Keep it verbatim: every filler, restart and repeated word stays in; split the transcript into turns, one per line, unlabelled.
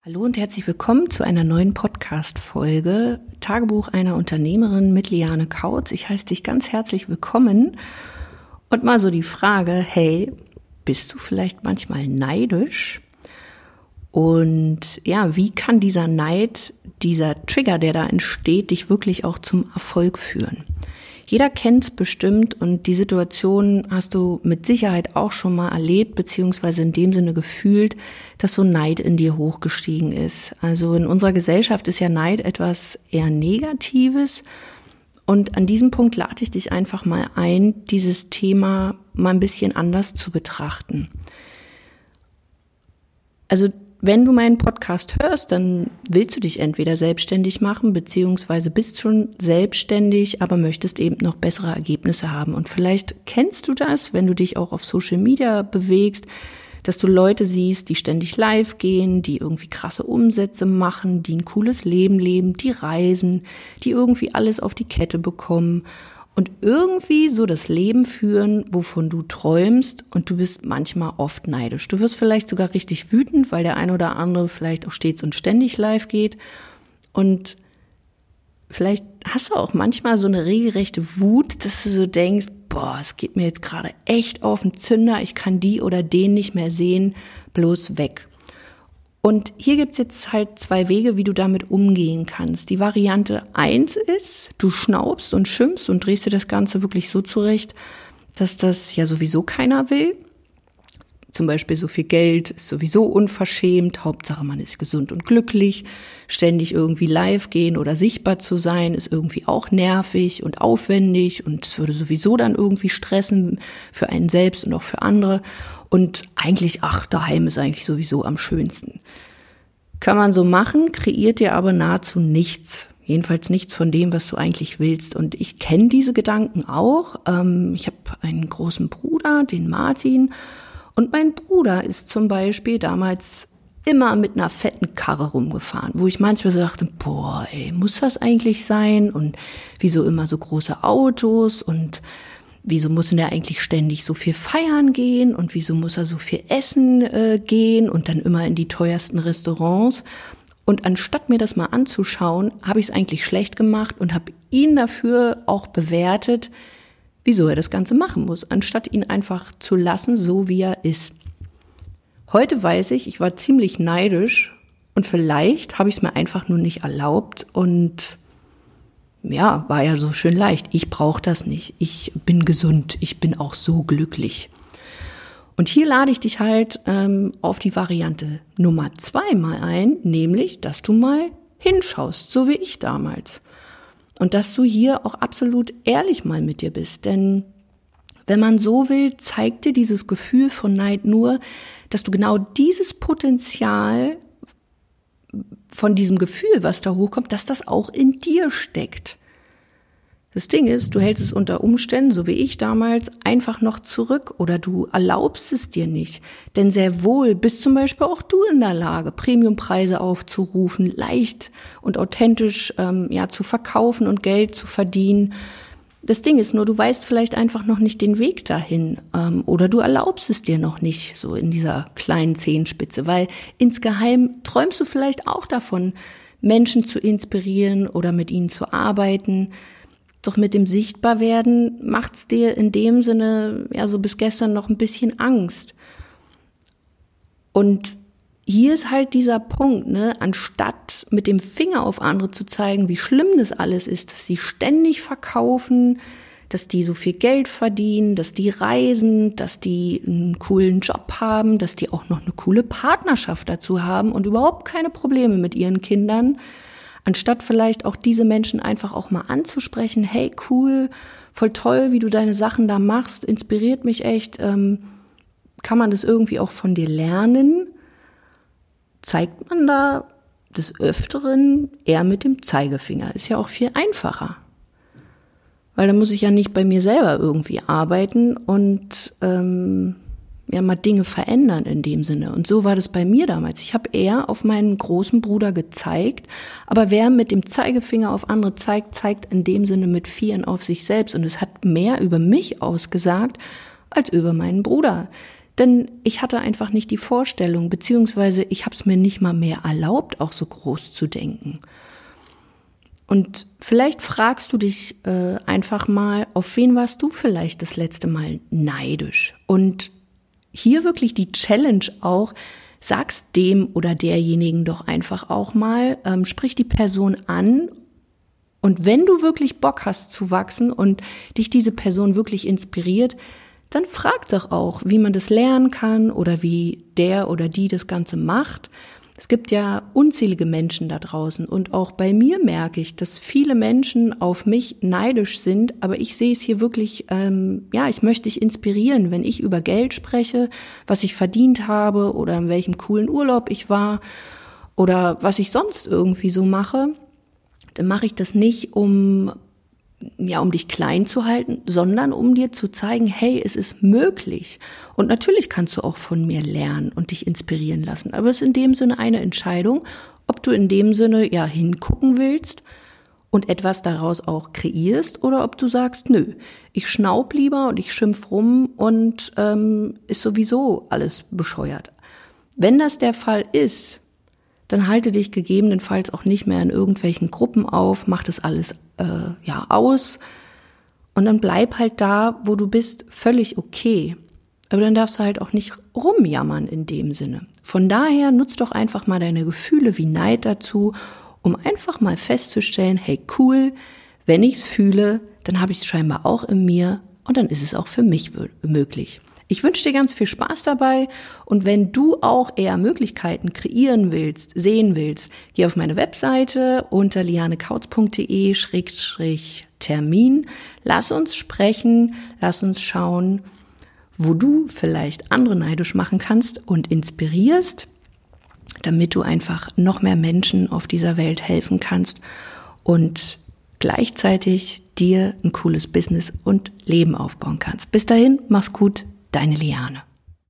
Hallo und herzlich willkommen zu einer neuen Podcast-Folge Tagebuch einer Unternehmerin mit Liane Kautz. Ich heiße dich ganz herzlich willkommen und mal so die Frage, hey, bist du vielleicht manchmal neidisch? Und ja, wie kann dieser Neid, dieser Trigger, der da entsteht, dich wirklich auch zum Erfolg führen? Jeder kennt es bestimmt und die Situation hast du mit Sicherheit auch schon mal erlebt, beziehungsweise in dem Sinne gefühlt, dass so Neid in dir hochgestiegen ist. Also in unserer Gesellschaft ist ja Neid etwas eher Negatives und an diesem Punkt lade ich dich einfach mal ein, dieses Thema mal ein bisschen anders zu betrachten. Also wenn du meinen Podcast hörst, dann willst du dich entweder selbstständig machen, beziehungsweise bist schon selbstständig, aber möchtest eben noch bessere Ergebnisse haben. Und vielleicht kennst du das, wenn du dich auch auf Social Media bewegst, dass du Leute siehst, die ständig live gehen, die irgendwie krasse Umsätze machen, die ein cooles Leben leben, die reisen, die irgendwie alles auf die Kette bekommen und irgendwie so das Leben führen, wovon du träumst, und du bist manchmal oft neidisch. Du wirst vielleicht sogar richtig wütend, weil der ein oder andere vielleicht auch stets und ständig live geht, und vielleicht hast du auch manchmal so eine regelrechte Wut, dass du so denkst, boah, es geht mir jetzt gerade echt auf den Zünder, ich kann die oder den nicht mehr sehen, bloß weg. Und hier gibt's jetzt halt zwei Wege, wie du damit umgehen kannst. Die Variante eins ist, du schnaubst und schimpfst und drehst dir das Ganze wirklich so zurecht, dass das ja sowieso keiner will. Zum Beispiel so viel Geld ist sowieso unverschämt, Hauptsache man ist gesund und glücklich. Ständig irgendwie live gehen oder sichtbar zu sein ist irgendwie auch nervig und aufwendig und es würde sowieso dann irgendwie stressen für einen selbst und auch für andere. Und eigentlich, ach, daheim ist eigentlich sowieso am schönsten. Kann man so machen, kreiert dir aber nahezu nichts. Jedenfalls nichts von dem, was du eigentlich willst. Und ich kenne diese Gedanken auch. Ähm, ich habe einen großen Bruder, den Martin. Und mein Bruder ist zum Beispiel damals immer mit einer fetten Karre rumgefahren, wo ich manchmal so dachte, boah, ey, muss das eigentlich sein? Und wieso immer so große Autos? Und wieso muss denn der eigentlich ständig so viel feiern gehen? Und wieso muss er so viel essen äh, gehen und dann immer in die teuersten Restaurants? Und anstatt mir das mal anzuschauen, habe ich es eigentlich schlecht gemacht und habe ihn dafür auch bewertet, wieso er das Ganze machen muss, anstatt ihn einfach zu lassen, so wie er ist. Heute weiß ich, ich war ziemlich neidisch und vielleicht habe ich es mir einfach nur nicht erlaubt und ja, war ja so schön leicht. Ich brauche das nicht. Ich bin gesund. Ich bin auch so glücklich. Und hier lade ich dich halt ähm, auf die Variante Nummer zwei mal ein, nämlich, dass du mal hinschaust, so wie ich damals. Und dass du hier auch absolut ehrlich mal mit dir bist. Denn wenn man so will, zeigt dir dieses Gefühl von Neid nur, dass du genau dieses Potenzial von diesem Gefühl, was da hochkommt, dass das auch in dir steckt. Das Ding ist, du hältst es unter Umständen, so wie ich damals, einfach noch zurück oder du erlaubst es dir nicht. Denn sehr wohl bist zum Beispiel auch du in der Lage, Premiumpreise aufzurufen, leicht und authentisch ähm, ja zu verkaufen und Geld zu verdienen. Das Ding ist nur, du weißt vielleicht einfach noch nicht den Weg dahin ähm, oder du erlaubst es dir noch nicht so in dieser kleinen Zehenspitze, weil insgeheim träumst du vielleicht auch davon, Menschen zu inspirieren oder mit ihnen zu arbeiten. Doch mit dem Sichtbarwerden macht's dir in dem Sinne ja so bis gestern noch ein bisschen Angst. Und hier ist halt dieser Punkt, ne, anstatt mit dem Finger auf andere zu zeigen, wie schlimm das alles ist, dass sie ständig verkaufen, dass die so viel Geld verdienen, dass die reisen, dass die einen coolen Job haben, dass die auch noch eine coole Partnerschaft dazu haben und überhaupt keine Probleme mit ihren Kindern, anstatt vielleicht auch diese Menschen einfach auch mal anzusprechen, hey, cool, voll toll, wie du deine Sachen da machst, inspiriert mich echt, ähm, kann man das irgendwie auch von dir lernen? Zeigt man da des Öfteren eher mit dem Zeigefinger. Ist ja auch viel einfacher. Weil da muss ich ja nicht bei mir selber irgendwie arbeiten und ähm, ja mal Dinge verändern in dem Sinne. Und so war das bei mir damals. Ich habe eher auf meinen großen Bruder gezeigt, aber wer mit dem Zeigefinger auf andere zeigt, zeigt in dem Sinne mit Vieren auf sich selbst. Und es hat mehr über mich ausgesagt als über meinen Bruder. Denn ich hatte einfach nicht die Vorstellung, beziehungsweise ich habe es mir nicht mal mehr erlaubt, auch so groß zu denken. Und vielleicht fragst du dich äh, einfach mal, auf wen warst du vielleicht das letzte Mal neidisch? Und hier wirklich die Challenge auch, sag's dem oder derjenigen doch einfach auch mal, ähm, sprich die Person an. Und wenn du wirklich Bock hast zu wachsen und dich diese Person wirklich inspiriert, dann frag doch auch, wie man das lernen kann oder wie der oder die das Ganze macht. Es gibt ja unzählige Menschen da draußen und auch bei mir merke ich, dass viele Menschen auf mich neidisch sind, aber ich sehe es hier wirklich, ähm, ja, ich möchte dich inspirieren, wenn ich über Geld spreche, was ich verdient habe oder in welchem coolen Urlaub ich war oder was ich sonst irgendwie so mache, dann mache ich das nicht, um ja, um dich klein zu halten, sondern um dir zu zeigen, hey, es ist möglich. Und natürlich kannst du auch von mir lernen und dich inspirieren lassen. Aber es ist in dem Sinne eine Entscheidung, ob du in dem Sinne ja hingucken willst und etwas daraus auch kreierst oder ob du sagst, nö, ich schnaub lieber und ich schimpf rum und ähm, ist sowieso alles bescheuert. Wenn das der Fall ist, dann halte dich gegebenenfalls auch nicht mehr in irgendwelchen Gruppen auf, mach das alles äh, ja aus und dann bleib halt da, wo du bist, völlig okay. Aber dann darfst du halt auch nicht rumjammern in dem Sinne. Von daher nutz doch einfach mal deine Gefühle wie Neid dazu, um einfach mal festzustellen, hey cool, wenn ich's fühle, dann habe ich es scheinbar auch in mir und dann ist es auch für mich w- möglich. Ich wünsche dir ganz viel Spaß dabei und wenn du auch eher Möglichkeiten kreieren willst, sehen willst, geh auf meine Webseite unter lianekautz punkt de Schrägstrich Termin. Lass uns sprechen, lass uns schauen, wo du vielleicht andere neidisch machen kannst und inspirierst, damit du einfach noch mehr Menschen auf dieser Welt helfen kannst und gleichzeitig dir ein cooles Business und Leben aufbauen kannst. Bis dahin, mach's gut. Deine Liane.